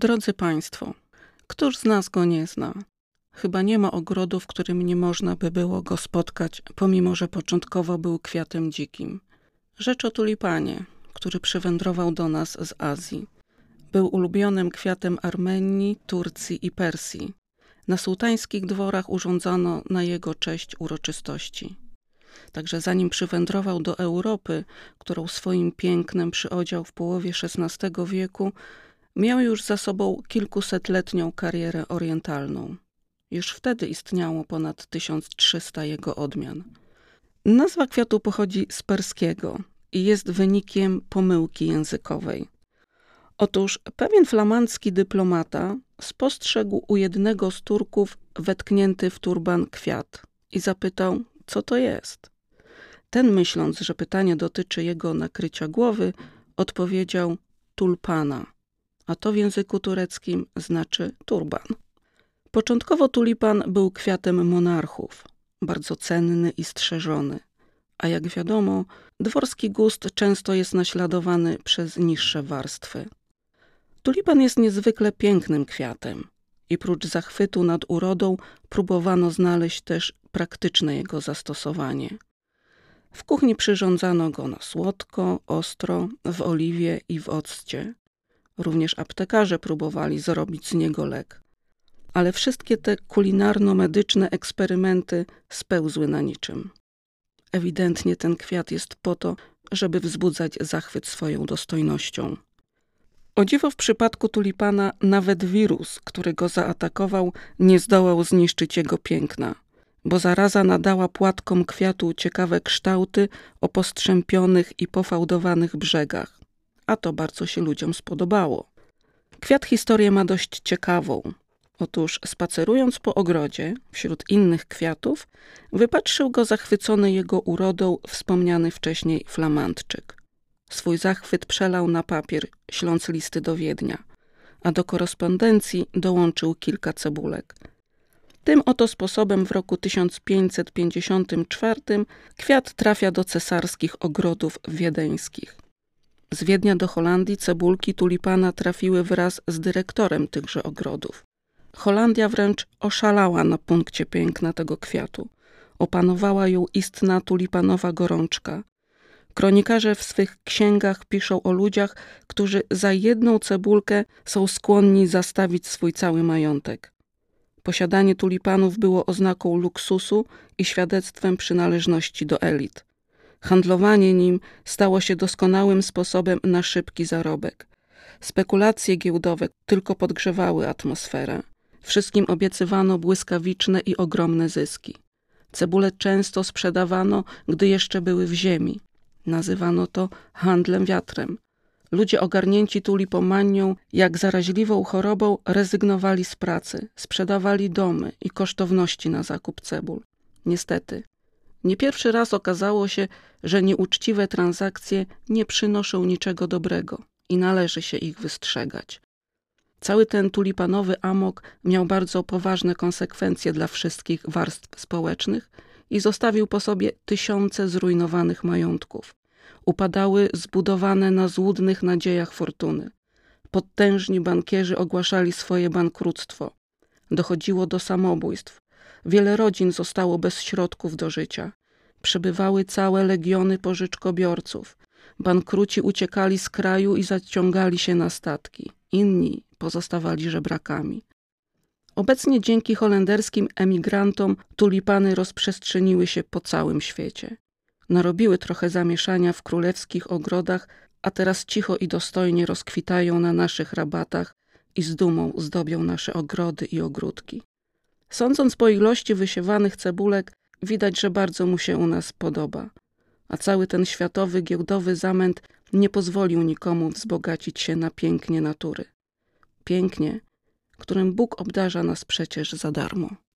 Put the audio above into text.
Drodzy Państwo, któż z nas go nie zna? Chyba nie ma ogrodu, w którym nie można by było go spotkać, pomimo że początkowo był kwiatem dzikim. Rzecz o tulipanie, który przywędrował do nas z Azji. Był ulubionym kwiatem Armenii, Turcji i Persji. Na sułtańskich dworach urządzano na jego cześć uroczystości. Także zanim przywędrował do Europy, którą swoim pięknem przyodział w połowie XVI wieku, miał już za sobą kilkusetletnią karierę orientalną. Już wtedy istniało ponad 1300 jego odmian. Nazwa kwiatu pochodzi z perskiego i jest wynikiem pomyłki językowej. Otóż pewien flamandzki dyplomata spostrzegł u jednego z Turków wetknięty w turban kwiat i zapytał, co to jest. Ten, myśląc, że pytanie dotyczy jego nakrycia głowy, odpowiedział tulpana, a to w języku tureckim znaczy turban. Początkowo tulipan był kwiatem monarchów, bardzo cenny i strzeżony, a jak wiadomo, dworski gust często jest naśladowany przez niższe warstwy. Tulipan jest niezwykle pięknym kwiatem i prócz zachwytu nad urodą próbowano znaleźć też praktyczne jego zastosowanie. W kuchni przyrządzano go na słodko, ostro, w oliwie i w occie. Również aptekarze próbowali zrobić z niego lek. Ale wszystkie te kulinarno-medyczne eksperymenty spełzły na niczym. Ewidentnie ten kwiat jest po to, żeby wzbudzać zachwyt swoją dostojnością. O dziwo w przypadku tulipana nawet wirus, który go zaatakował, nie zdołał zniszczyć jego piękna, bo zaraza nadała płatkom kwiatu ciekawe kształty o postrzępionych i pofałdowanych brzegach, a to bardzo się ludziom spodobało. Kwiat historię ma dość ciekawą. Otóż spacerując po ogrodzie, wśród innych kwiatów, wypatrzył go zachwycony jego urodą wspomniany wcześniej Flamandczyk. Swój zachwyt przelał na papier, śląc listy do Wiednia, a do korespondencji dołączył kilka cebulek. Tym oto sposobem w roku 1554 kwiat trafia do cesarskich ogrodów wiedeńskich. Z Wiednia do Holandii cebulki tulipana trafiły wraz z dyrektorem tychże ogrodów. Holandia wręcz oszalała na punkcie piękna tego kwiatu. Opanowała ją istna tulipanowa gorączka. Kronikarze w swych księgach piszą o ludziach, którzy za jedną cebulkę są skłonni zastawić swój cały majątek. Posiadanie tulipanów było oznaką luksusu i świadectwem przynależności do elit. Handlowanie nim stało się doskonałym sposobem na szybki zarobek. Spekulacje giełdowe tylko podgrzewały atmosferę. Wszystkim obiecywano błyskawiczne i ogromne zyski. Cebule często sprzedawano, gdy jeszcze były w ziemi. Nazywano to handlem wiatrem. Ludzie ogarnięci tulipomanią, jak zaraźliwą chorobą, rezygnowali z pracy, sprzedawali domy i kosztowności na zakup cebul. Niestety, nie pierwszy raz okazało się, że nieuczciwe transakcje nie przynoszą niczego dobrego i należy się ich wystrzegać. Cały ten tulipanowy amok miał bardzo poważne konsekwencje dla wszystkich warstw społecznych i zostawił po sobie tysiące zrujnowanych majątków. Upadały zbudowane na złudnych nadziejach fortuny. Potężni bankierzy ogłaszali swoje bankructwo. Dochodziło do samobójstw. Wiele rodzin zostało bez środków do życia. Przybywały całe legiony pożyczkobiorców. Bankruci uciekali z kraju i zaciągali się na statki. Inni pozostawali żebrakami. Obecnie dzięki holenderskim emigrantom tulipany rozprzestrzeniły się po całym świecie. Narobiły trochę zamieszania w królewskich ogrodach, a teraz cicho i dostojnie rozkwitają na naszych rabatach i z dumą zdobią nasze ogrody i ogródki. Sądząc po ilości wysiewanych cebulek, widać, że bardzo mu się u nas podoba. A cały ten światowy, giełdowy zamęt nie pozwolił nikomu wzbogacić się na pięknie natury. Pięknie, którym Bóg obdarza nas przecież za darmo.